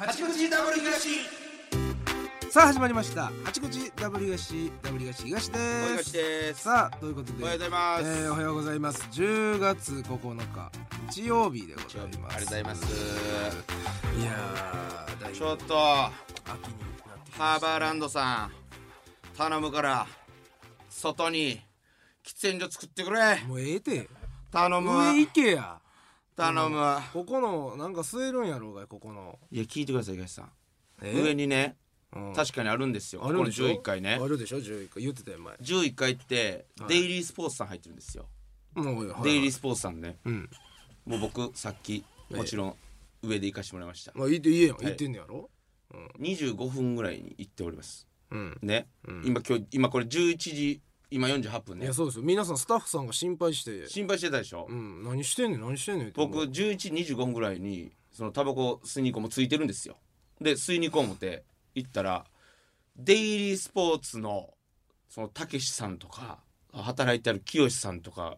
八口ダブル東。 さあ始まりました八口ダブル東東で東です。 さあということでおはようございます。 おはようございます。10月9日日曜日でございます。 ありがとうございます。 いやーだいぶちょっと秋になってきましたね。 ハーバーランドさん頼むから外に喫煙所作ってくれ。 もうええて頼むわ上行けや。 頼むわ。 ここのなんか吸えるんやろうがここのいや聞いてください東さん。上にね、確かにあるんですよ。 あるでしょ。 この11階ね。 あるでしょ。11階言ってたよ前。 11階ってデイリースポーツさん入ってるんですよ。 もうデイリースポーツさんね。 うんもう僕さっきもちろん上で行かしてもらいました。 まあいいやん言ってんねやろ。 25分ぐらいに行っております。 うんね、今これ11時今48分ね。 いやそうですよ。皆さんスタッフさんが心配して心配してたでしょ。 何してんねんって僕11時25分ぐらいにそのタバコ吸いに行こうもついてるんですよ。で吸いに行こう思って行ったらデイリースポーツのそのたけしさんとか働いてあるきよしさんとか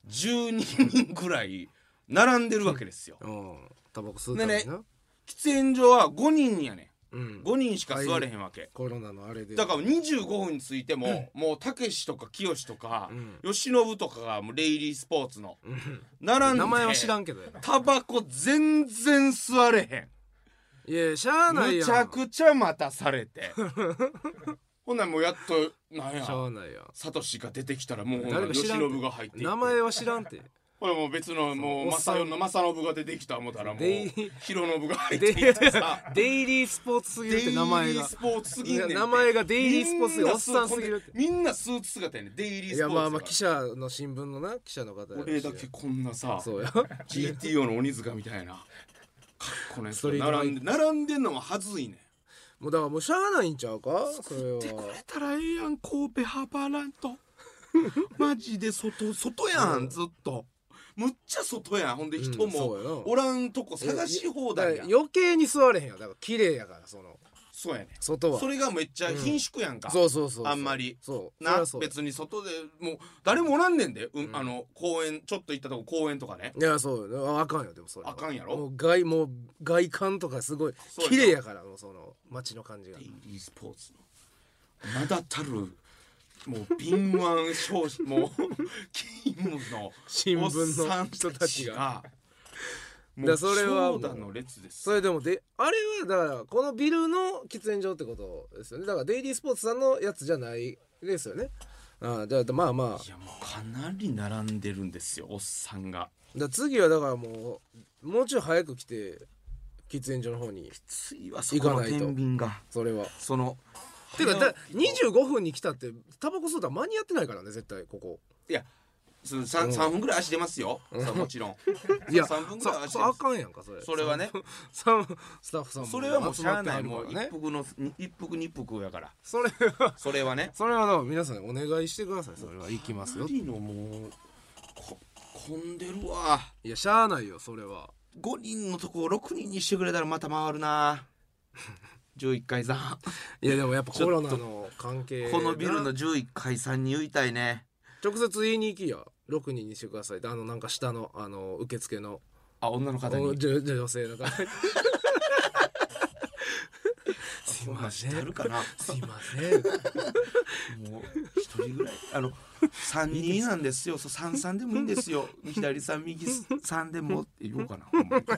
12人ぐらい並んでるわけですよ。 タバコ吸うためにな。 喫煙所は5人やねん。 5 5人しか座れへんわけ。 コロナのあれでだから25分についても、もうたけしとかきよしとか、吉信とかがもうデイリースポーツの、並んで名前は知らんけどやな。 タバコ全然吸れへん。 いやしゃあないやん。 むちゃくちゃ待たされてほんならもうやっとなんやしゃあないやん。 サトシが出てきたらもうほんなら誰か知らんて吉信が入っていって名前は知らんて。 これもう別のもうおっさん正信が出てきた思ったらもうデイ弘信が入っていってさデイリースポーツすぎるって名前がデイリースポーツすぎんねんて。 名前がデイリースポーツすぎるおっさんすぎるって。 みんなスーツ姿やねんデイリースポーツ。 いやまあまあ記者の新聞のな記者の方やし俺だけこんなさそうや GTO の鬼塚みたいなかっこのやつストリートファイ並んでんのもはずいねん。 もうだからもうしゃあないんちゃうかそれは。 作ってくれたらええやん神戸ハーバーランドマジで外やんずっとむっちゃ外やん。ほんで人もそうやなおらんとこ探し放題やん。 余計に座れへんよ。だから綺麗やからそのそうやねん。 外はそれがめっちゃ貧縮やんか。 そうあんまりそうなそう別に外でもう誰もおらんねんで、公園ちょっと行ったとこ公園とかね。 いやそうよあかんよ。でもそれはあかんやろ。 もう外観とかすごいそうや綺麗やからもうその街の感じがデイリースポーツの名だたるもう敏腕商社もう勤務の新聞の人たちがだそれは長蛇の列です。 それでもであれはだからこのビルの喫煙所ってことですよね。だからデイリースポーツさんのやつじゃないですよね。じゃあまあまあいやもうかなり並んでるんですよおっさんが。 次はだからもうちょい早く来て喫煙所の方についわそこの天秤がそれはそのてか25分に来たってタバコ吸うたら間に合ってないからね絶対ここ。 いや3分ぐらい足出ますよ。もちろんいや 3分ぐらい足出あます。 かんやんかそれはねスタッフさんもそれはもうしゃあない。もう集まってはるからね一服二服やからそれはねだから皆さんお願いしてください。それは行きますよ。 2人のもう混んでるわ。 いやしゃあないよそれは。 5人のとこを6人にしてくれたらまた回るな11階さん。 いやでもやっぱコロナの関係このビルの11階さんに言いたいね。 直接言いに行きや6人にしてくださいってなんか下の受付の女の方に女性の方すいませんあるかなすいませんもう1人ぐらい3人なんですよ。そう33でもいいんですよ。左3右3でもって言おうかなほんまに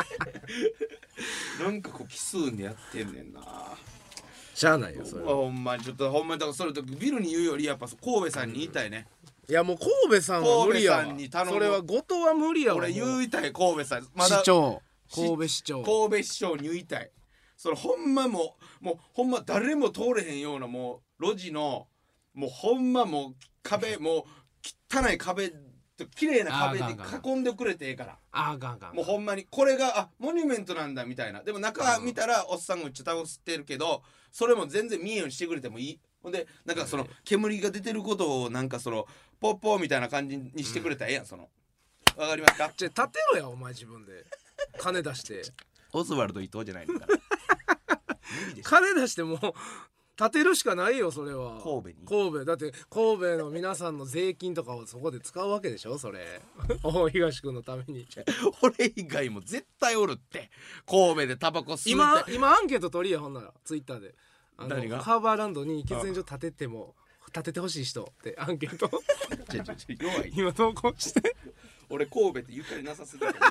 なんかこう奇数でやってんねんな。 しゃあないよそれは。 ほんまにちょっとほんまにだからそれビルに言うよりやっぱ神戸さんに言いたいね。 いやもう神戸さんは無理やわ。 神戸さんに頼む。 それは後藤は無理やわ。 俺言いたい神戸さん市長神戸市長神戸市長に言いたい。それほんまもうほんま誰も通れへんようなもう路地のもうほんまもう壁もう汚い壁と綺麗な壁で囲んでくれてええから。 ガンもうほんまにこれがモニュメントなんだみたいな。でも中見たらおっさんがめっちゃタバコ吸ってるけどそれも全然見えんようにしてくれてもいい。ほんでなんかその煙が出てることをなんかそのポッポーみたいな感じにしてくれたらええやん。そのわかりますか。 じゃあ立てろやお前自分で金出してオズワルド伊藤じゃないんだから無理でしょ。 金出してもう建てるしかないよそれは。 神戸に神戸だって神戸の皆さんの税金とかをそこで使うわけでしょそれ大東君のために。 俺以外も絶対おるって。神戸でタバコ吸いたい。 今アンケート取りやほんならツイッターで何がハーバーランドに喫煙所建てても建ててほしい人ってアンケート弱い。 今投稿して俺神戸ってゆかりなさすぎて弱い。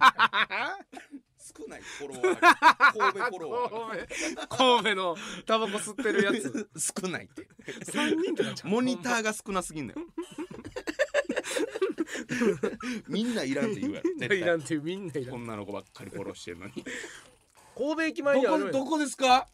少ないフォロワーが。神戸フォロワーが神戸のタバコ吸ってるやつ少ないって 3人とかちゃうモニターが少なすぎんのよ。みんないらんって言うやろ絶対。 いらんっていうみんないらん。 女の子ばっかりフォローしてるのに。 神戸駅前にあるどこですか？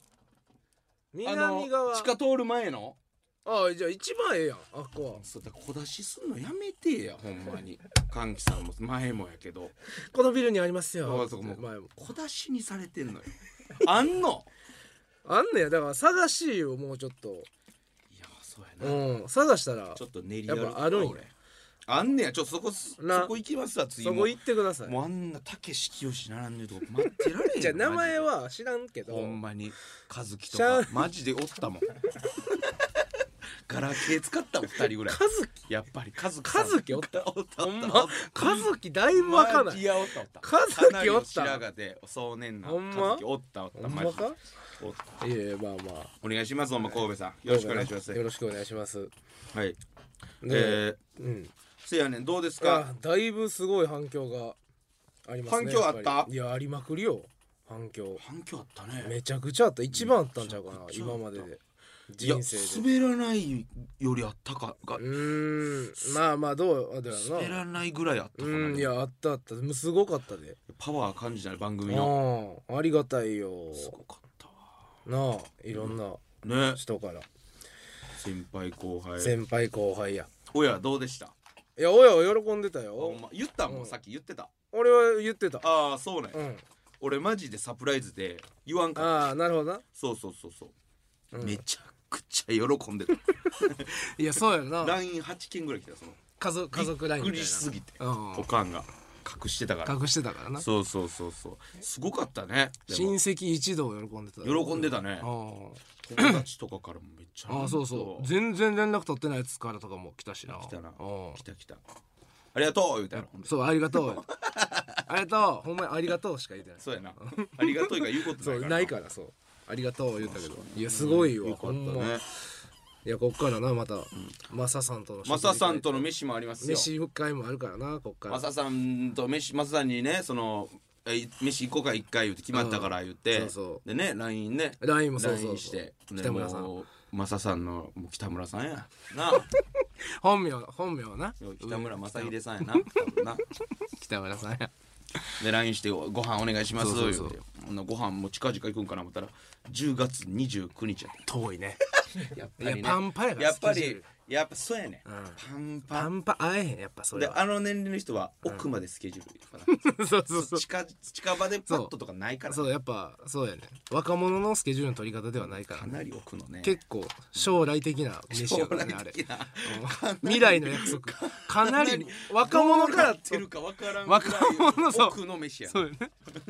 南側。 地下通る前の。 ああじゃあ一番ええやんあっこは。 そうだ小出しすんのやめてやほんまに。歓喜さんも前もやけどこのビルにありますよ。 そこも前も小出しにされてんのよ。あんのあんねやだから探しよもうちょっと。 いやそうやな、 探したらちょっと練りやるやっぱあるんや。 俺あんねや。そこ行きますわ次も。 そこ行ってください。 もうあんなたけし清並んでるとこ待ってられへんよ。 じゃあ名前は知らんけどほんまに和樹とかマジでおったもん。ガラケー使ったもん2人ぐらい。 和樹やっぱり和樹和樹おったおったほんま和樹だいぶわかんない。 いやおった和樹おったかなりの白髪で壮年なほんま和樹おったほんまマジでか。 おった。 いやいやまあまあお願いしますほんま神戸さんよろしくお願いします。 よろしくお願いします。 はいでせやねんどうですか？ だいぶすごい反響がありますね。 反響あった？ やぱりいやありまくりよ反響。 反響あったね。 めちゃくちゃあった。一番あったんちゃうかな今までで人生で。 いや滑らないよりあったかがまあまあどうだよな。 滑らないぐらいあったかな。 いやあったあったすごかったで。 パワー感じない番組のありがたいよ。 すごかったわなあいろんなね。 人から先輩後輩先輩後輩や。 親どうでした？ いや親は喜んでたほよん。ま言ったもんさっき言ってた。 俺は言ってた。 ああそうね。俺マジでサプライズで言わんかった。 ああなるほどな。 そうめちゃくちゃ喜んでた。 いやそうやな。 LINE8 件ぐらい来た。その家族 LINE みたいな。 びっくりしすぎておかんが隠してたから。 隠してたからな。 そうすごかったね。 親戚一同喜んでた。 喜んでたね。友達とかからもめっちゃそう全然連絡取ってないやつからとかも来たしな。 来たありがとう言うたら。 そうありがとうありがとうほんまにありがとうしか言ってない。 そうやな。ありがとうが言うことそうないからないからそうありがとう言ったけどいやすごいわ。 よかったね。 いやこっからなまたマサさんとのマサさんとの飯もありますよ。 飯会もあるからなこっから。 マサさんとマサさんにね飯行こうか一回言って決まったから言ってでね LINE ね LINE もそうして北村さんマサさんのもう北村さんやな。 本名はな北村正秀さんやなな。 北村さんやで LINE してご飯お願いしますそう言うてご飯も近々行くんかな思ったら10月29日やった。 遠いね。 やっぱりねパンパンやからやっぱそうやね。パンパン会えへんやっぱそれは。 で年齢の人は奥までスケジュールそう近場でパッととかないから。 そうやっぱそうやね。若者のスケジュールの取り方ではないからかなり奥のね。 結構将来的な飯やからねあれ。未来の約束かなり若者からってるか分からん若者そう奥の飯や。 そうやね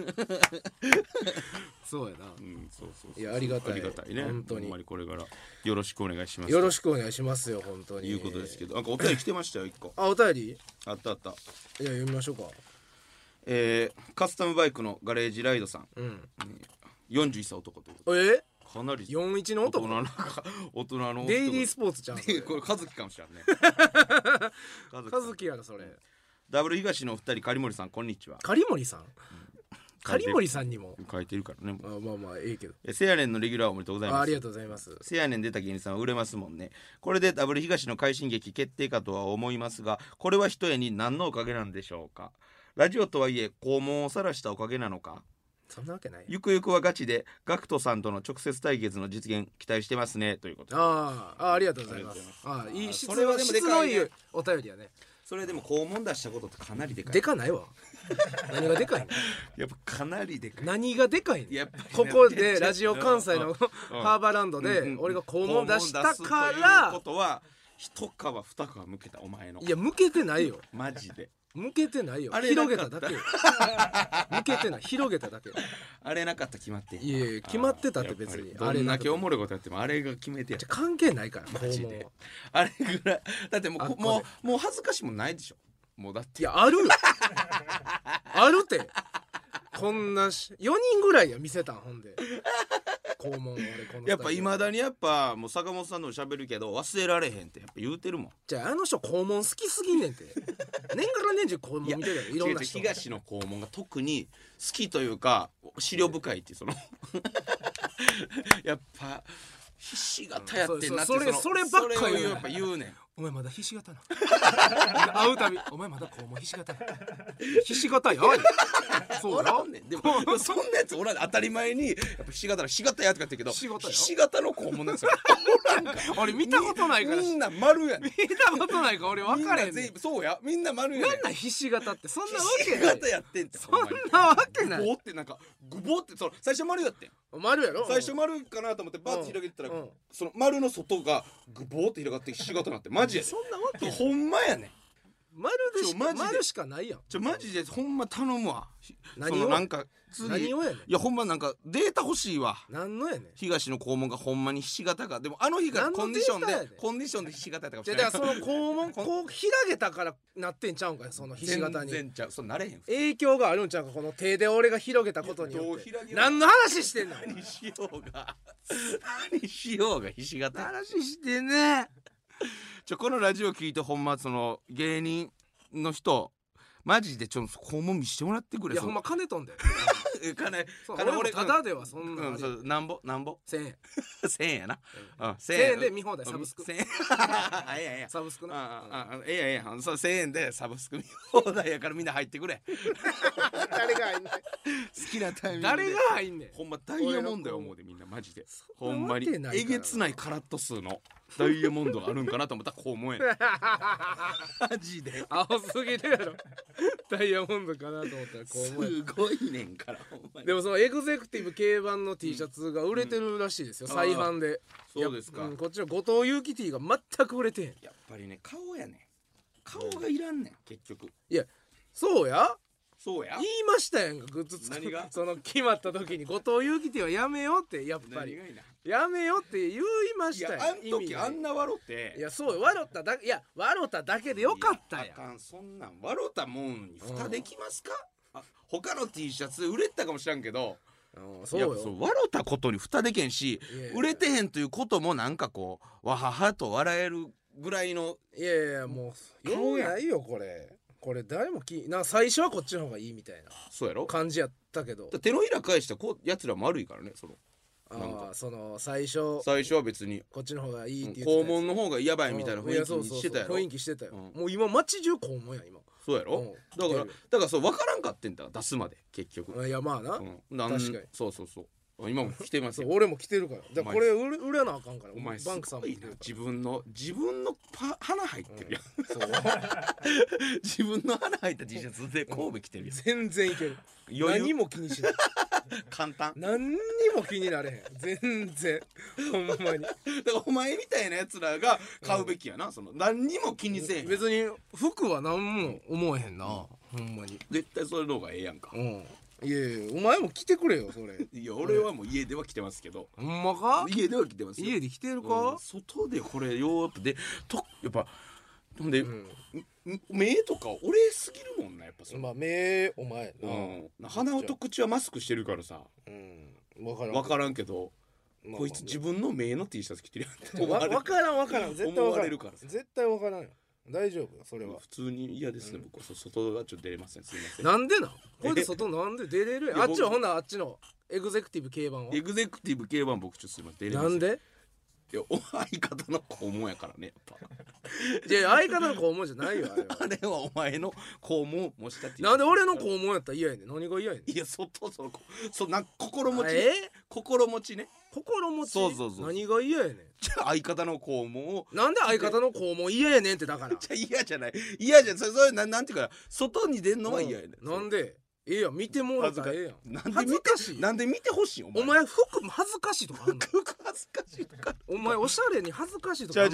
そうやな。いやありがたいね。 本当にほんまにこれからよろしくお願いします。 よろしくお願いしますよ本当に。 いうことですけどなんかお便り来てましたよ1個。 お便りあった。 いや読みましょうか。 カスタムバイクのガレージライドさん、41歳男ということでかなり 41の男大人のデイリースポーツちゃんこれ和樹かもしれんね。 和樹やろそれ。 ダブル東のお二人狩森さんこんにちは。 狩森さん狩森さんにも書いてるからね。 まあいいけど。 せやねんのレギュラーおめでとうございます。 ありがとうございます。 せやねん出た芸人さんは売れますもんね。これでダブル東の快進撃決定かとは思いますがこれは一重に何のおかげなんでしょうか。ラジオとはいえ肛門を晒したおかげなのか。 そんなわけない。 ゆくゆくはガチでガクトさんとの直接対決の実現期待してますねということで。 ありがとうございます。いい質のいいお便りやね。 それでも肛門出したことってかなりでかい。 でかないわ。何がでかいの。 やっぱかなりでかい。 何がでかいの。 やっぱりここでラジオ関西のハーバーランドで俺が肛門出したからことは一皮二皮向けたお前の。 いや向けてないよマジで向けてないよ。 あれ広げただけよ。向けてない、広げただけ。 あれなかったら決まってんいやいや決まってたって別に。 どんだけおもろいことやってもあれが決めてやる。 関係ないからマジで肛門は。 あれぐらいだってもあっこでもう恥ずかしいもんないでしょ。もうだっていやあるよ。あるってこんな4人ぐらいや見せたんほんで肛門俺このやっぱいまだにやっぱもう坂本さんの喋るけど忘れられへんってやっぱ言うてるもん。 じゃああの人肛門好きすぎんねんって年がら年中肛門見てるよいろんな人。 東の肛門が特に好きというか思慮深いっていうそのやっぱひし形やってんなってそればっかりやっぱ言うねん。 お前まだひし形な会うたびお前まだ肛門ひし形なひし形やそうやおらんねん。でもそんなやつおらんねん。当たり前にやっぱひし形やとか言ってるけどひし形よひし形の肛門のやつおらんから俺見たことないからみんな丸やねん。 見たことないから俺分かれへんねん。 みんな全員そうやみんな丸やねん。 なんなんひし形ってそんなわひしけない形やってんってそんなわけないグボってなんかグボってその最初丸やってん。 丸やろ最初丸かなと思ってバッて広げてたら、 うんその丸の外がグボーって広がってひし形になってマジやで。 そんなわけないほんまやねん。 丸でしマジで丸しかないやん。 マジでほんま頼むわ。 何をそのなんか次何をやねん。 いやほんまなんかデータ欲しいわ。 何のやねん。 東の肛門がほんまにひし形かでもあの日が何のコンディションデータやねんでひし形やったかもしじゃれない。 あだからその肛門こう開けたからなってんちゃうんかよそのひし形に全然ちゃう。そうなれへん。 影響があるんちゃうかこの手で俺が広げたことによってどう広げる何の話してんの何しようが何しようがひし形。 話してねこのラジオ聞いてほんまその芸人の人マジで肛門見してもらってくれ。 いやほんま金飛んで金そう俺もタダではそんなそうなんぼ 1000円 1000円やな。 1000円で見放題サブスク 1000円いやいやサブスクないやそう1000円でサブスク見放題やからみんな入ってくれ。 誰が入んねん好きなタイミングで誰が入んねんほんまダイヤモンドや思うでみんなマジでほんまにそんなわけないからえげつないカラット数のダイヤモンドがあるんかなと思ったら肛門やねんマジで青すぎるやろダイヤモンドかなと思ったらすこうごいねんからほんまに。 でもそのエグゼクティブ競馬の T シャツが売れてるらしいですよ、再販で。 そうですか。 こっちの後藤祐樹 T が全く売れてへん。 やっぱりね顔やねん。顔がいらんねん結局。 いやそうやそうや言いましたやんかグッズ作何がその決まった時に後藤祐樹 T はやめようってやっぱり何がいいな。 やめようって言いまいしたやよ。 あん時あんな笑っていやそうよ笑っただけいや笑っただけでよかったやん。 いあかんそんなん笑ったもんに蓋できますか。他の T シャツ売れてたかもしらんけどそうよいや笑ったことに蓋でけんしいやいや売れてへんということもなんかこうわははと笑えるぐらいの。 いやいやもうようないよこれ誰も最初はこっちの方がいいみたいなそうやろ。 感じやったけど手のひら返したやつらも悪いからね。そのなんかその最初最初は別にこっちの方がいいって言ってたやつ肛門の方がやばいみたいな雰囲気にしてたやろ。 雰囲気してたよ、 うんもう今街中肛門や今そうやろ。 うんだからそう分からんかってんだ出すまで結局。 いやまあな、確かにそう今も来てますよ。 そう俺も着てるからだからこれ売れなあかんからお前すバンクさんもごいな着てるから自分の花入ってるやん、 そう自分の花入った T シャツで神戸着てるやん。 全然いける余裕何も気にしない簡単。 何にも気になれへん全然ほんまにだからお前みたいなやつらが買うべきやな。その何にも気にせえへん。 別に服は何も思えへんな、ほんまに絶対それの方がええやんか。 いやいやお前も着てくれよそれいや俺はもう家では着てますけど。 ほんまか家では着てますよ。 家で着てるか、 外でこれよーってでやっぱほんで、目とか俺すぎるもんなやっぱその、 まあ目お前な、 鼻と口はマスクしてるからさ分からん分からんけど、 まあこいつ自分の目の T シャツ着てるやんって分からん絶対分思わからんれるからさ絶対分からんよ大丈夫よそれは普通に嫌ですね、僕は外がちょっと出れませんすいません。 なんでなんこれで外なんで出れるやんいやあっちはほんならあっちのエグゼクティブ競馬はエグゼクティブ系版僕ちょっとすいません出れませなんでいや相方の肛門やからねやっいや相方の肛門じゃないよあれはぱあれはお前の肛門を模したっていうなんで俺の肛門やったら嫌やねん何が嫌やねんいやなん心持ちねえ心持ちね。 心持ちそう何が嫌やねじゃあ相方の肛門をんなんで相方の肛門嫌やねんってだからじゃあ嫌じゃない嫌じゃんそれなんていうか外に出んのは嫌やねん。 なんでええやん見てもらったらええやん恥ずかしいなんで見てほしいお前服恥ずかしいとかあんの服恥ずかしいとかお前おしゃれに恥ずかしいとかあんのか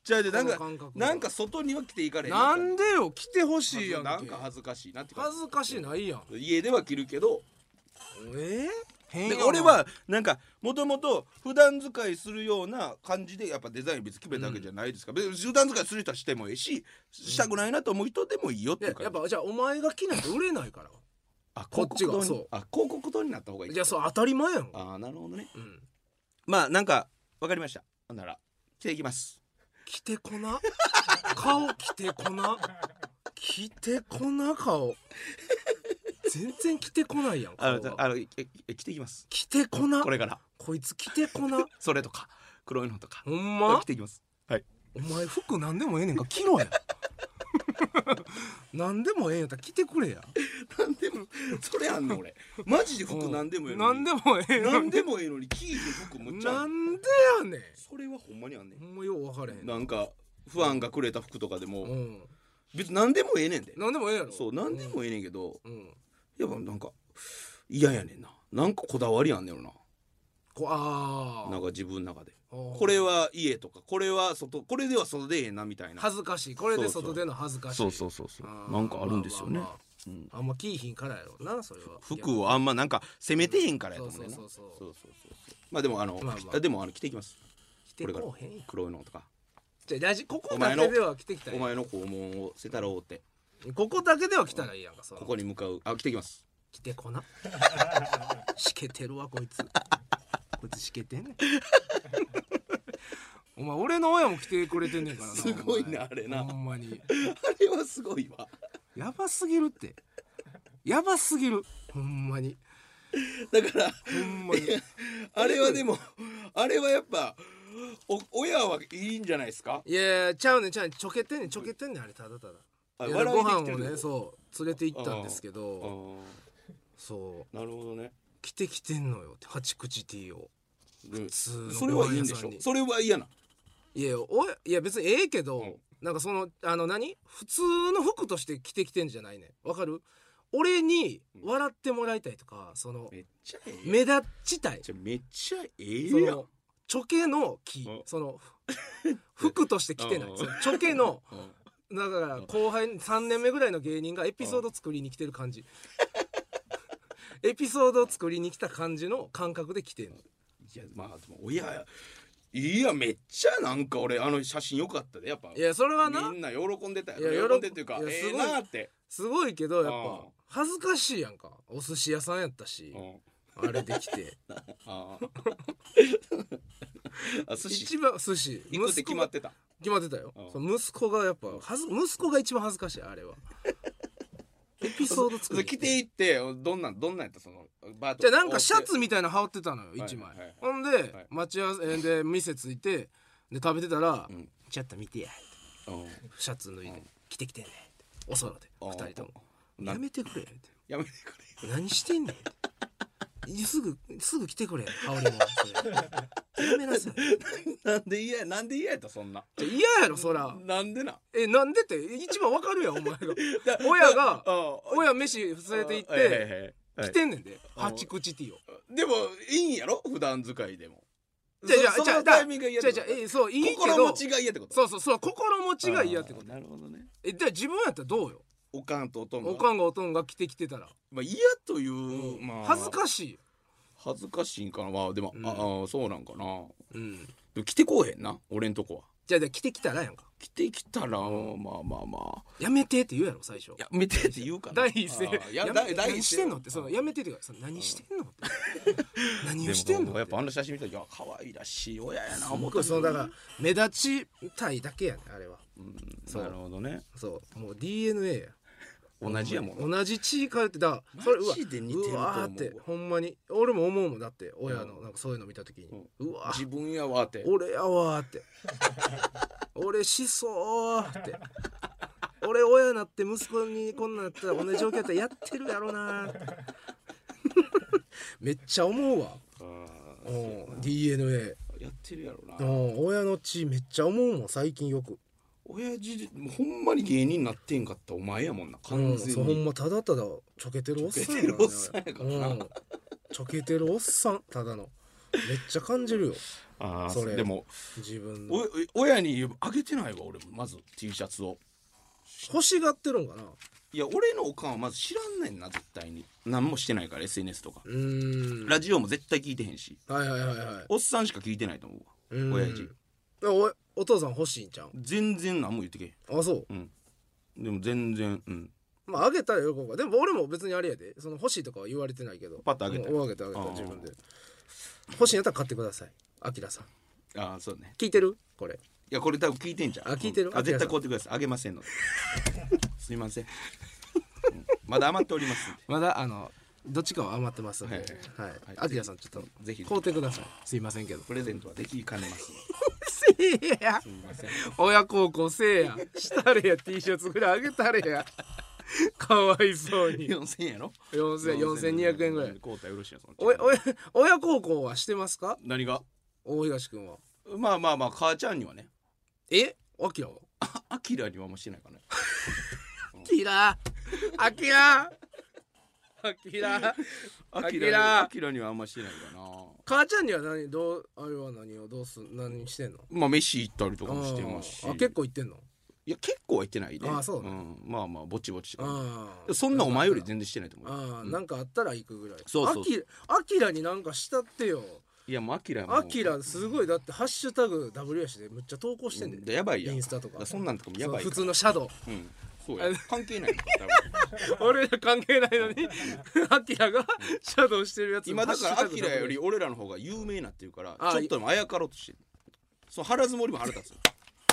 じゃあなんかこの感覚なんか外には来ていかれへんなんでよ来てほしいやんけ。 なんか恥ずかしいなって恥ずかしいないやん。 家では着るけど変やな。 で俺はなんかもともと普段使いするような感じでやっぱデザイン別に決めたわけじゃないですから、別に普段使いする人はしてもいいし、したくないなと思う人でもいいよっていう感じ。 やっぱじゃあお前が着ないと売れないから。 あこっちが広告塔にそう広告塔になった方がいい。 じゃあそう当たり前やん。 ああなるほどね。 うんまあなんかわかりました。ほんなら着ていきます。 着てこな顔着てこな着てこな顔全然着てこないやん顔が着ていきます。 着てこなこれからこいつ着てこなそれとか黒いのとかほんま着ていきます。はい。 お前服なんでもええねんか着ろやなんでもええんやったら着てくれや。 なんでもそれあんの俺マジで服なんでもええのになんでもええなんでもええのに着いて服むっちゃあんなんでやねん。 それはほんまにあんねん。 ほんまよう分かれへん。 なんかファンがくれた服とかでもうん別に何でもええねんで。 なんでもええやろ。 そう何でもええねんけど、 うんやっぱなんか嫌やねんな。なんかこだわりあんねんよな。なんか自分の中でこれは家とかこれは外、これでは外でええなみたいな。 恥ずかしいこれで外での恥ずかしい。 そうなんかあるんですよね。 あんま着いひんからやろうなそれは。 服をあんまなんか攻めてへんからやと思うねんな。 そうまあでもでも着ていきます。 着てこうへんやん。 黒いのとかじゃあラジここだけでは着てきたらお前の肛門をせたろうってここだけでは着たらいいやんか。 ここに向かう着ていきます。 着てこなしけてるわこいつこいつしけてんねんお前俺の親も着てくれてんねんからな。 すごいなあれな。 ほんまにあれはすごいわ。 やばすぎるってやばすぎるほんまに。 だからほんまにあれはでもあれはやっぱ親はいいんじゃないですか。 いやちゃうねんちょけてんねんあれただただ。いやご飯をねそう連れて行ったんですけどそうなるほどね。 着てきてんのよ八口 T を普通のそれはいいんでしょ。それは嫌な。 いや別にええけど、なんかその何普通の服として着てきてんじゃないねん。わかる？俺に笑ってもらいたいとかそのめっちゃええ目立ちたいめっちゃええそやん。 のチョケの着その服として着てないそのチョケのだから後輩3年目ぐらいの芸人がエピソード作りに来てる感じエピソードを作りに来た感じの感覚で来てんの。 いやまあでも親いやめっちゃなんか俺写真良かったでやっぱ。 いやそれはなみんな喜んでたよ。 いや喜んでっていうかいやええなってすごいけどやっぱ恥ずかしいやんか。お寿司屋さんやったしあれできて寿司一番寿司行くって決まってたよ。息子がやっぱ息子が一番恥ずかしいあれはエピソード作り着ていってどんなんやったそのバーじゃあなんかシャツみたいなの羽織ってたのよ一枚。ほんではい待ち合わせで店着いてで食べてたらちょっと見てやシャツ脱いで着てきてんねんおそろで2人ともやめてくれってやめてくれ何してんねんすぐ来てくれ羽織もそれやめなさいなんで嫌やったそんな嫌やろそら。 なんでななんでって一番わかるやんお前が親飯連れて行って来てんねんで八口 T を。 でもいいんやろ普段使いでも。 じゃそのタイミングが嫌ってことじゃそういいけど心持ちが嫌ってこと。 そう心持ちが嫌ってこと。 なるほどね。 じゃあ自分やったらどうよ。 おかんとおとんおかんがおとんが着てきてたらまあ嫌というまあ恥ずかしいんかな。まあでもそうなんかな。 でも着てこうへんな俺んとこは。 じゃあ着てきたらやんか。 着てきたらまあやめてって言うやろ最初。 やめてって言うかな。 第一声何してんのってそのやめてって言うから何してんのって何をしてんのやっぱ写真見たら可愛らしい親やな思って。そのだから目立ちたいだけやねあれは。 なるほどね。 そうもう DNA や同じやもん。 同じ血通ってだそれマジで似てると思う。 うわーってほんまに俺も思うもんだって親のなんかそういうの見た時にうわ自分やわって俺やわーって俺しそうって俺親なって息子にこんなんやったら同じ状況やったらやってるやろなってめっちゃ思うわ。DNA やってるやろな。 親の血めっちゃ思うもん最近よく。 親父ほんまに芸人になってんかったお前やもんな完全に。 そうほんまただちょけてるおっさんやからちょけてるおっさんやからな。 ちょけてるおっさんただのめっちゃ感じるよあそれでも自分の親にあげてないわ俺もまず T シャツを。 欲しがってるんかな。 いや俺のおかんはまず知らんねんな絶対に。何もしてないから SNS とかラジオも絶対聞いてへんし、 はいはいはいはい。 おっさんしか聞いてないと思うわ親父。 お父さん欲しいんちゃう。 全然何も言ってけへん。 あそう、 でも全然まああげたら喜ぶから。でも俺も別にあれやで、その欲しいとかは言われてないけど、 パッとあげたあげた自分で欲しいんやったら買ってください。あきらさんああそうね。 聞いてるこれ。 いやこれ多分聞いてんじゃん。 あ聞いてる絶対買ってください。あげませんのですいません、まだ余っておりますんで。 まだどっちかは余ってますんで、はいあきらさんちょっとぜひ買うてください。すいませんけどプレゼントはできかねますせえやすみません。 親孝行せえやしたれや T シャツぐらいあげたれやかわいそうに 4000円やろ。 4200円ぐらい。 買うたらよろしいやその親孝行はしてますか何が。 大東くんは。 まあまあまあ母ちゃんにはね。 あきらはアキラにはもうしてないかね。 あきらあきらあきらアキラにはあんましてないかな。 母ちゃんには何を何してんの。 まあ飯行ったりとかもしてますし。 結構行ってんの。 いや結構は行ってないね。 そうね、 まあまあぼちぼち。 あそんなお前より全然してないと思う。 なんかあったら行くぐらい。 そうあきらになんかしたってよ。 いやもうアキラすごい。だってハッシュタグ W やしでむっちゃ投稿してんで、 やばいやん。 インスタとかそんなんとかもやばい。 普通のシャドウ。 そうや関係ない俺ら関係ないのにアキラがシャドウしてるやつ。 今だからアキラより俺らの方が有名になってるからちょっとでもあやかろうとしてる。そう腹積もりも腹立つ。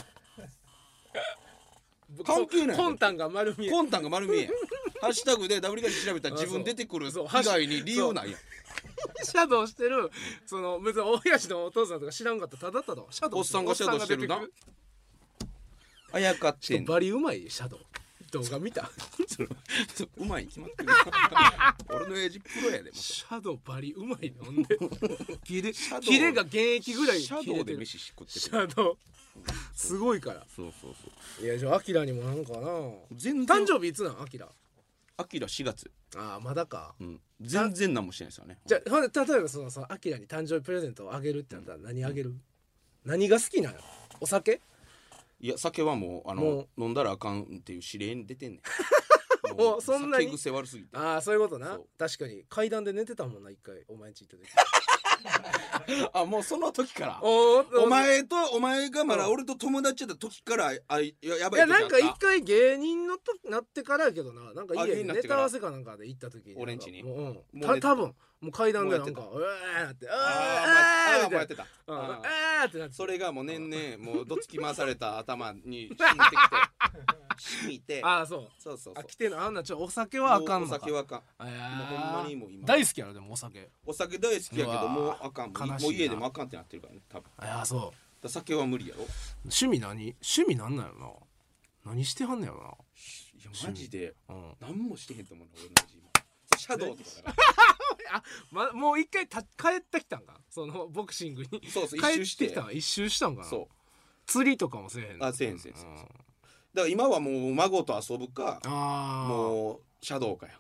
関係ない。 魂胆が丸見え。 ハッシュタグでダブリガシ調べたら自分出てくる以外に理由ないやん。 シャドウしてるその別に親父のお父さんとか知らんかったただただシャドウおっさんがシャドウしてるな。あやかってんバリうまいシャドウ動画見たうまいに決まってる俺の親父プロやで。 シャドウバリうまいのんでキレが現役ぐらいシャドウで飯しくってシャドウすごいから。 そういやじゃあアキラにもなんかな。 全然誕生日いつなんアキラ。 アキラ4月。 まだか。 全然何もしてないですよね。 じゃあ例えばそのアキラに誕生日プレゼントをあげるってなったら何あげる。何が好きなの。お酒。 いや酒はもう飲んだらあかんっていう指令に出てんねん。 もうそんなに酒癖悪すぎて。 そういうことな。確かに階段で寝てたもんな一回お前んち行った時もうその時からお前がまだ俺と友達だった時からやばい時あった。 いやなんか一回芸人のとなってからやけどな。なんか家にネタ合わせかなんかで行った時に俺んちに多分もう階段でなんかうわーってもうやってたってなって、 それがもう年々もうどつき回された頭に染みてそう来てんの。あんなお酒はあかんのか。 お酒はあかん。もうほんまにもう今大好きやろ。でもお酒大好きやけどもうあかん。もう家でもあかんってなってるからね多分。 そう酒は無理やろ。 趣味なんなんやろな。何してはんねやろな。 いやマジで何もしてへんと思うな俺の今シャドウとかからもう一回帰ってきたんか。そのボクシングにそう一周して一周したんかな。 そう釣りとかもせえへんの。 せえへんだから今はもう孫と遊ぶかもうシャドウかよ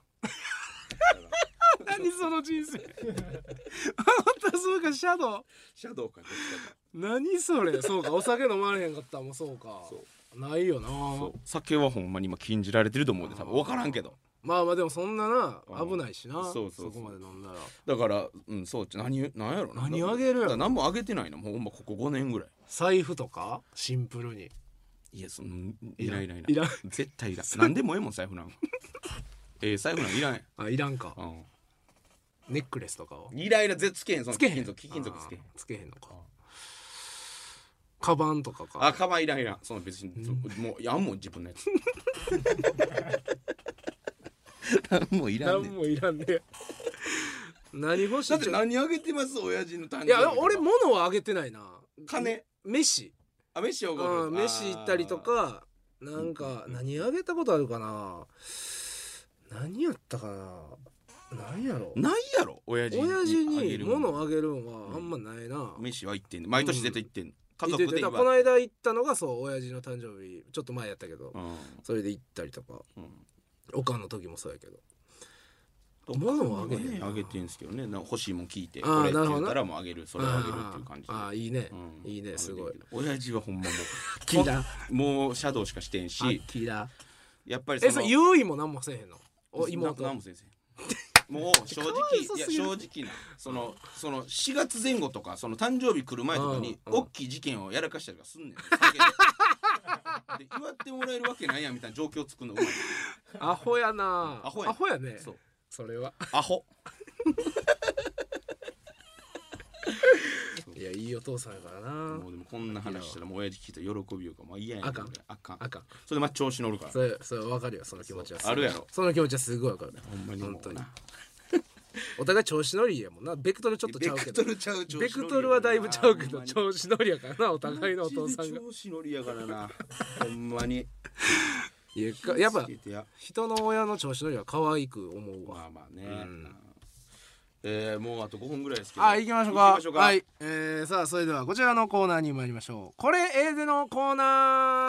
何その人生そうかシャドウか何それ。そうかお酒飲まれへんかったらもうそうかないよな。 酒はほんまに今禁じられてると思うで多分分からんけど。 まあでもそんなな危ないしな。そこまで飲んだらだから何やろな。 何あげるやろ。 何もあげてないのもうほんまここ5年ぐらい。 財布とかシンプルに。 いやいらん絶対いらん。何でもええもん財布なん財布なんいらんやん。 いらんか。ネックレスとかをイライラつけへん。貴金属つけへんのか。カバンとかか。 カバンいらんその別にもうやんもん自分のやつ何もいらんね何欲しい。 だって何あげてます親父の誕生日。 いや俺物はあげてないな。 金飯をごる。 飯行ったりとかなんか何あげたことあるかな。何やったかな。何やろないやろ親父に物あげるんはあんまないな。 飯は行ってんの毎年絶対行ってんの。家族でこの間行ったのが親父の誕生日ちょっと前やったけどそれで行ったりとかおかんの時もそうやけど物をあげへんねあげてんすけどね、なんか欲しいもん聞いてあーこれってなるほどな言ったらもうあげる、それをあげるっていう感じで。 あいいね、 うんいいねすごい。 親父はほんまもうキラもうシャドウしかしてんし、 キラやっぱりそれ優位も何もせえへんの妹何も先生もう正直かわいそすぎるいや正直なその4月前後とかその誕生日来る前とかにうんうん大きい事件をやらかしたりとかすんねんで祝ってもらえるわけないやんみたいな状況を作るのうまい。 アホやなアホやねそうそれはアホいやいいお父さんやからな。 もうでもこんな話したらもう親父聞いたら喜びようかもう嫌やねんあかんあかんあかんそれでまあ調子乗るからそれ分かるよその気持ちは。 そうあるやろその気持ちはすごい分かる。 ほんまにもう本当になお互い調子乗りやもんな。ベクトルちょっとちゃうけどベクトルちゃう調子乗りベクトルはだいぶちゃうけどほんまに調子乗りやからなお互いのお父さんが。 調子乗りやからなほんまにやっぱ気をつけてや人の親の調子乗りは可愛く思うわ。 まあまあね、 うんもうあと5分ぐらいですけどはい、行きましょうか。 行きましょうかはい、さあそれではこちらのコーナーに参りましょう。これええでのコーナ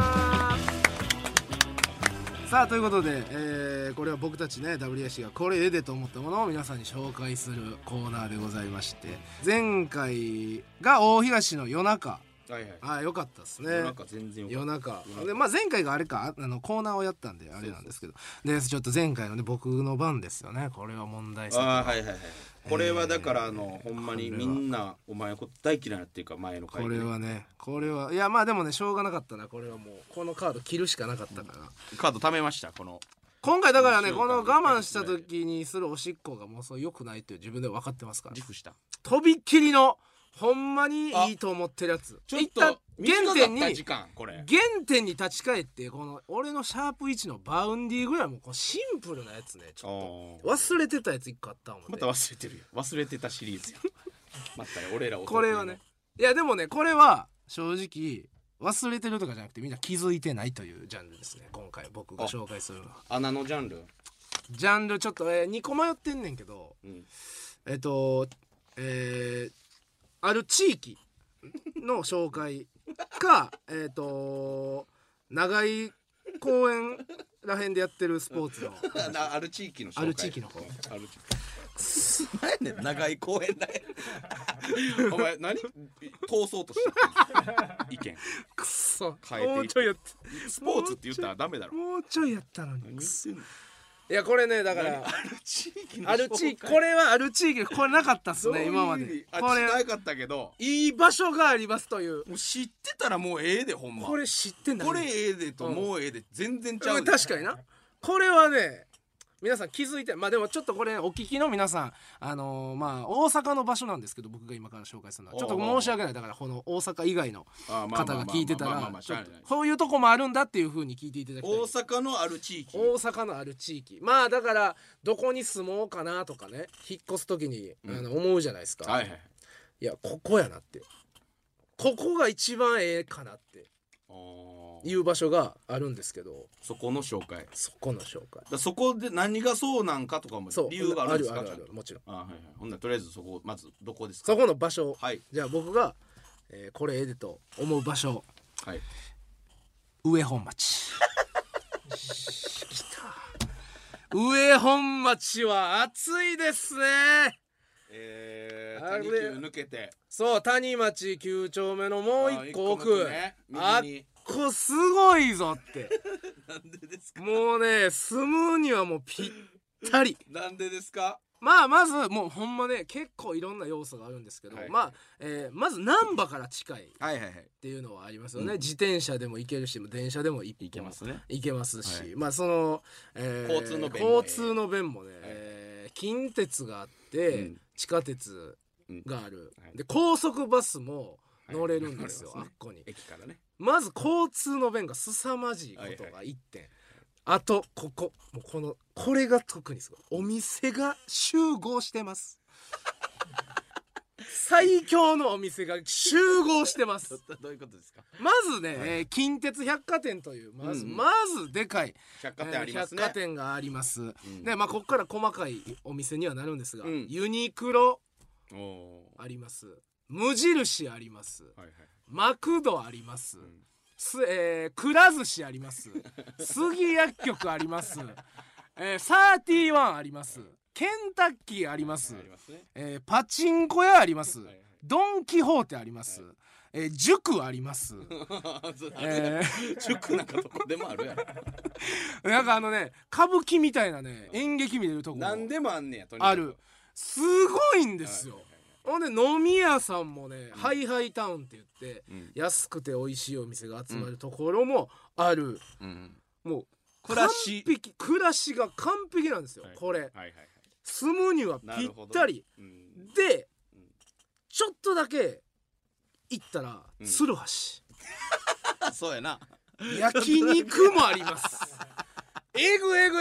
ー。さあということで、これは僕たちね WSC がこれええでと思ったものを皆さんに紹介するコーナーでございまして、前回が大東の夜中。 はいはいよかったですね。 夜中全然夜中夜中で、まあ、前回があれかコーナーをやったんであれなんですけど、でちょっと前回のね僕の番ですよね。これは問題作。 はいはいはいこれはだからほんまにみんなお前のこと大嫌いなっていうか前の回これはねいやまあでもねしょうがなかったな。これはもうこのカード切るしかなかったから、 カード貯めましたこの今回だからねどうしようかこの我慢した時にするおしっこがもうそう良くないっていう自分で分かってますから、 自負したとびっきりのほんまにいいと思ってるやつ。 ちょっ一旦と短か原点にった時間これ原点に立ち返ってこの俺のシャープ1のバウンディぐらいもうこうシンプルなやつねちょっと忘れてたやつ一個あったもんね。 また忘れてるよ忘れてたシリーズやまた俺ら弟のこれはねいやでもねこれは正直忘れてるとかじゃなくてみんな気づいてないというジャンルですね。今回僕が紹介するのは穴のジャンルジャンルちょっと、2個迷ってんねんけど、 うんある地域の紹介か長い公園らへんでやってるスポーツのある地域の紹介ある地域の方ある地域何やねん長い公園だよお前何通そうとしてる意見くっそ変えていくもうちょいやってスポーツって言ったらダメだろもうちょいやったのに何言ってんのいやこれねだからある地域のある地域これはある地域これなかったっすね今までここれれなかったけどいい場所がありますというもう知ってたらもうええでほんまこれ知ってないこれええでともうええで全然ちゃうで確かになこれはね皆さん気づいてまあでもちょっとこれお聞きの皆さんまあ大阪の場所なんですけど僕が今から紹介するのはちょっと申し訳ないだからこの大阪以外の方が聞いてたらちょっとこういうとこもあるんだっていう風に聞いていただきたい。 大阪のある地域大阪のある地域まあだからどこに住もうかなとかね引っ越す時に、思うじゃないですか、 はいはいいやここやなってここが一番ええかなっていう場所があるんですけどそこの紹介そこの紹介そこで何がそうなんかとかもそう理由があるんですかあるもちろんはいはいほんならとりあえずそこまずどこですかそこの場所、 はいじゃあ僕が、これええでと思う場所はい上本町来た上本町は暑いですね。あれ谷急抜けてそう谷町9丁目のもう一個奥あっ右にこすごいぞってなんでですかもうね住むにはもうぴったりなんでですかまあまずもうほんまね結構いろんな要素があるんですけど、 はいまあ、まず難波から近いっはいはいはいていうのはありますよね、自転車でも行けるし電車でもいけますね行けますし、 はいまあその、 交通の便も交通の便もね、近鉄があって、地下鉄がある、 はいで高速バスも乗れるんですよ、 はいあっこに駅からねまず交通の便が凄まじいことが1点、あともうこれが特にすごいお店が集合してます最強のお店が集合してますどういうことですかまずね、近鉄百貨店というまずでかい百貨店ありますね百貨店があります、 んでまあここから細かいお店にはなるんですが、 うんユニクロおーあります無印ありますはいはいマクドあります、くら寿司あります杉薬局あります、31ありますケンタッキーあります、 ありますね。 パチンコ屋あります、 はいはい、 ドン・キホーテあります、塾あります塾なんかどこでもあるやろ。 なんか歌舞伎みたいなね演劇見れるとこ何でもあんねや、とにかくある。すごいんですよ、ほんで飲み屋さんもね、ハイハイタウンって言って、安くて美味しいお店が集まるところもある、もう暮らしが完璧なんですよ、これ、住むにはぴったり、で、ちょっとだけ行ったら鶴橋、 そうやな。 焼肉もありますえぐい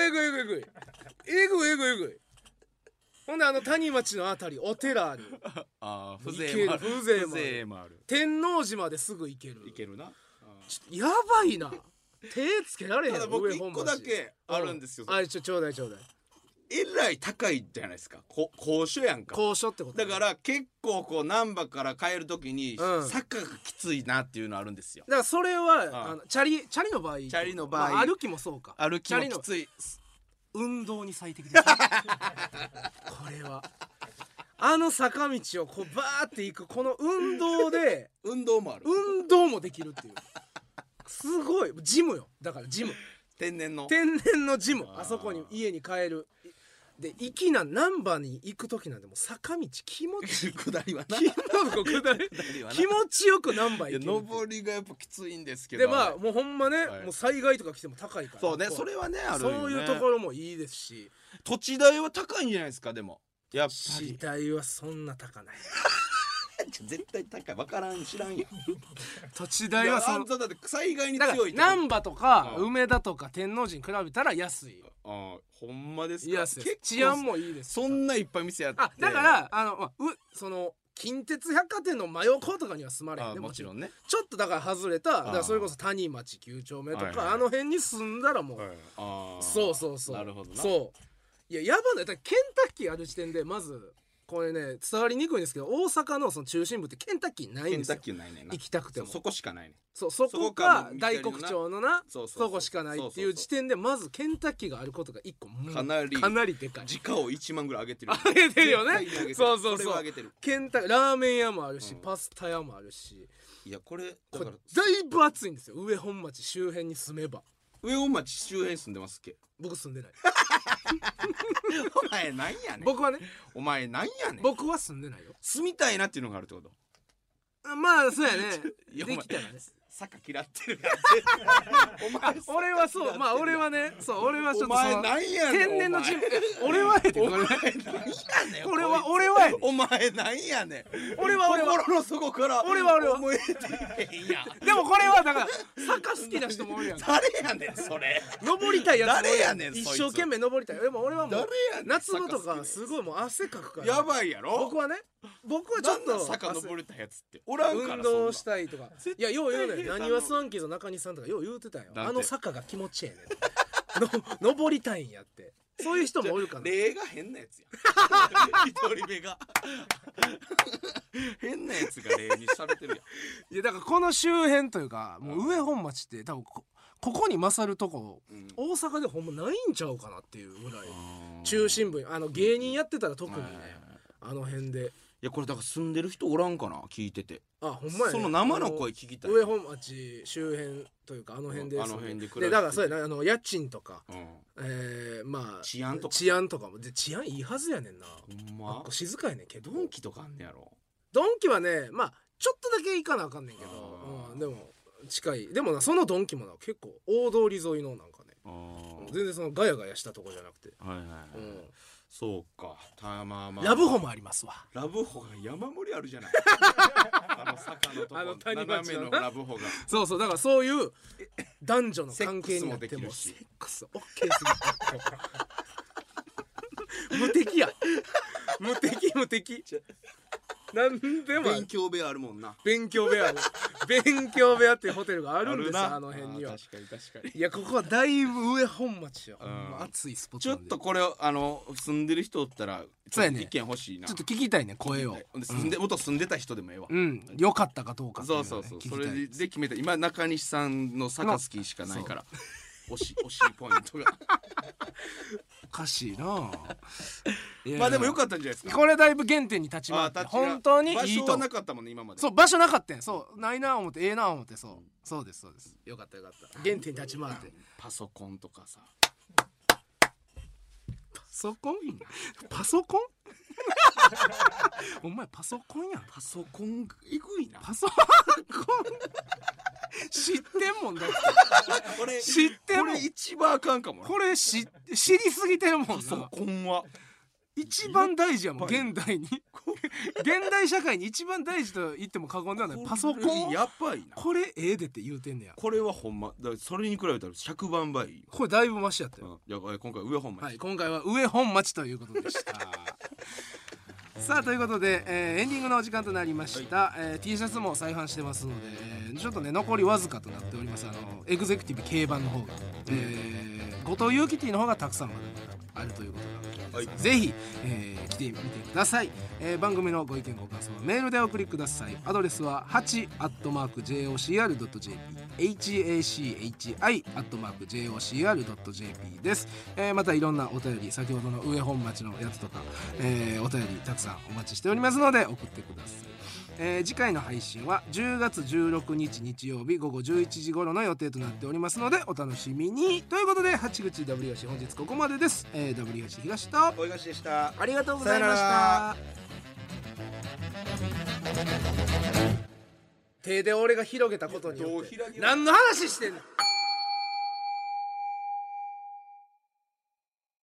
ほんで谷町のあたりお寺ある風情もある。 天王寺まですぐ行けるな。 やばいな、手つけられへん。 ただ僕1個だけあるんですよ。 ちょうだいえらい高いじゃないですか。高所やんか。 高所ってこと、 だから結構こう難波から帰るときに坂がきついなっていうのあるんですよ。 だからそれはチャリの場合、歩きもそうか、 歩きもきつい。 運動に最適ですこれは坂道をこうバーって行くこの運動で運動もある。 運動もできるっていうすごいジムよ。だからジム、 天然のジム、あそこに家に帰るで難波に行く時なんでもう坂道気持ちいい下りはな気持ちよく難波行ける。 上りがやっぱきついんですけど、 でもうほんまね、もう災害とか来ても高いから、 そうね、それはねあるよね。 そういうところもいいですし、 土地代は高いんじゃないですか。でもやっぱり土地代はそんな高ない絶対高い。分からん、知らんやん土地代はだって災害にだから強い難波とか梅田とか天王寺に比べたら安い。 ほんまですか。 安い、治安もいいです。 そんないっぱい店やって、 だからその近鉄百貨店の真横とかには住まれへんで、 もちろんね。 ちょっとだから外れた、だからそれこそ谷町9丁目とか、あの辺に住んだらもう、そうなるほどな。 そういや、やばない。だからケンタッキーある時点でまずこれね伝わりにくいんですけど、大阪のその中心部ってケンタッキーないんですよ。 ケンタッキーないねんな。 行きたくてもそこしかないねん。 そこか大黒町のな、そこしかないっていう時点でまずケンタッキーがあることが1個かなりでかい。 時価を1万ぐらい上げてる。 上げてるよね。そうケンタラーメン屋もあるし、パスタ屋もあるし、 いやこれだいぶ暑いんですよ。上本町周辺に住めば。 上本町周辺住んでますっけ。 僕住んでないお前なんやねん。 僕はね、 お前なんやねん。 僕は住んでないよ。 住みたいなっていうのがあるってこと。 まあそうやねできたらね。 坂嫌ってるやんお前俺はそう、まあ俺はね、そう俺はちょっとお前なんやねん。 天然の俺はやで、 お前なんやねん。 これは俺はやで。 お前なんやねん。 俺は心の底から俺は思えてへんやん。 でもこれはだから坂好きな人もおるやん。 誰やねんそれ。 登りたいやつ誰やねん。 一生懸命登りたい。でも俺はもう誰やねん。 夏場とかすごいもう汗かくから。 やばいやろ。 僕はちょっと坂登れたやつっておらんから。 運動したいとか、いやよう言うねん。なにわスワンキーズの中西さんとかよう言うてたよ。あの坂が気持ちええねん登りたいんやって。そういう人もおるから。 例が変なやつや一人目が変なやつが例にされてるやん。 いやだからこの周辺というか、もう上本町って多分ここに勝るとこ、大阪でほんまないんちゃうかなっていうぐらい中心部に芸人やってたら特にね、あの辺で。 いやこれだから住んでる人おらんかな、聞いてて。 ほんまやね。 その生の声聞きたい。 上本町周辺というかあの辺で、でだからそうやな、家賃とか、まあ治安とかもで、治安いいはずやねんな。 ほんま静かやねんけど。 ドンキとかあんねやろ。 ドンキはね、まあちょっとだけ行かなあかんねんけど、でも近い。でもな、そのドンキもな結構大通り沿いのなんかね、全然そのガヤガヤしたとこじゃなくて、そうか。ラブホもありますわ。 ラブホが山盛りあるじゃない坂のとこ谷町の斜めのラブホが。 そうだからそういう男女の関係になってもセックス OK すぎる無敵や無敵なんでも勉強部屋あるもんな。 勉強部屋っていうホテルがあるんですよ、あの辺には。 確かにいやここはだいぶ上本町よ。暑いスポットなんで。 ちょっとこれ住んでる人おったらちょっと意見欲しいな。 ちょっと聞きたいね、声を。 元住んでた人でもええわ。 よかったかどうか。 そうそれで決めた。今中西さんの坂好きしかないから惜しいポイントがおかしいな。 まあでもよかったんじゃないですか。 これだいぶ原点に立ち回って本当にいいと。 場所はなかったもんね今まで。 そう場所なかったんそうないな思ってええな思ってそうですよかったよかった原点に立ち回ってパソコンとかさパソコンお前パソコンやん。 パソコンえぐいな。 パソコン知ってんもんだってこれ知ってんもん。 これ一番あかんかもな。 これ知りすぎてるもんな。 パソコンは一番大事やもん現代に現代社会に一番大事と言っても過言ではないパソコン。 やばいな。 これええでって言うてんねや。 これはほんまだからそれに比べたら100番倍いいよ。 これだいぶマシやったよ。 いや今回上本町、 はい、今回は上本町ということでしたさあということで、エンディングのお時間となりました、T シャツも再販してますので、ちょっとね残りわずかとなっておりますエグゼクティブ軽版の方が、後藤祐樹 T の方がたくさんまだあるということなので、はい、ぜひ、来てみてください、番組のご意見ご感想はメールでお送りください。アドレスは 8@jocr.jp hachi@jocr.jp です、またいろんなお便り先ほどの上本町のやつとか、お便りたくさんお待ちしておりますので送ってください。次回の配信は10月16日日曜日午後11時頃の予定となっておりますのでお楽しみに。ということで八口 W 東本日ここまでです。W 東東と大東でした。 ありがとうございました。手で俺が広げたことによって何の話してんの。